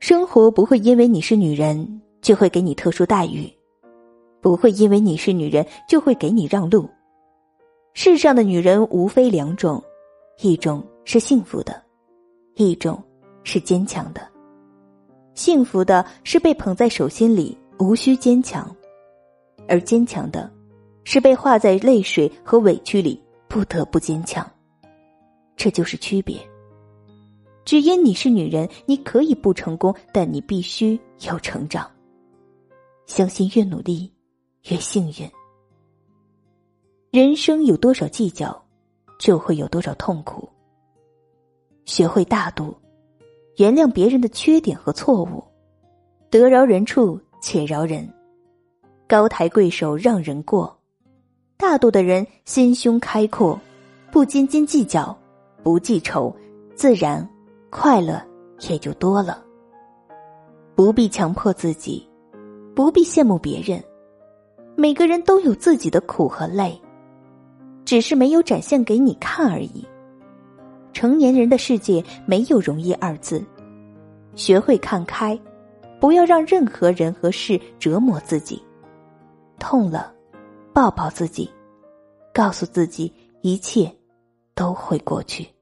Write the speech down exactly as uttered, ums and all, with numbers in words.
生活不会因为你是女人就会给你特殊待遇，不会因为你是女人就会给你让路。世上的女人无非两种，一种是幸福的，一种是坚强的。幸福的是被捧在手心里，无需坚强，而坚强的是被化在泪水和委屈里，不得不坚强。这就是区别。只因你是女人，你可以不成功，但你必须有成长。相信越努力越幸运。人生有多少计较，就会有多少痛苦。学会大度，原谅别人的缺点和错误，得饶人处且饶人，高抬贵手让人过。大度的人心胸开阔，不斤斤计较，不记仇，自然快乐也就多了。不必强迫自己，不必羡慕别人，每个人都有自己的苦和累，只是没有展现给你看而已。成年人的世界没有容易二字，学会看开，不要让任何人和事折磨自己。痛了，抱抱自己，告诉自己一切都会过去。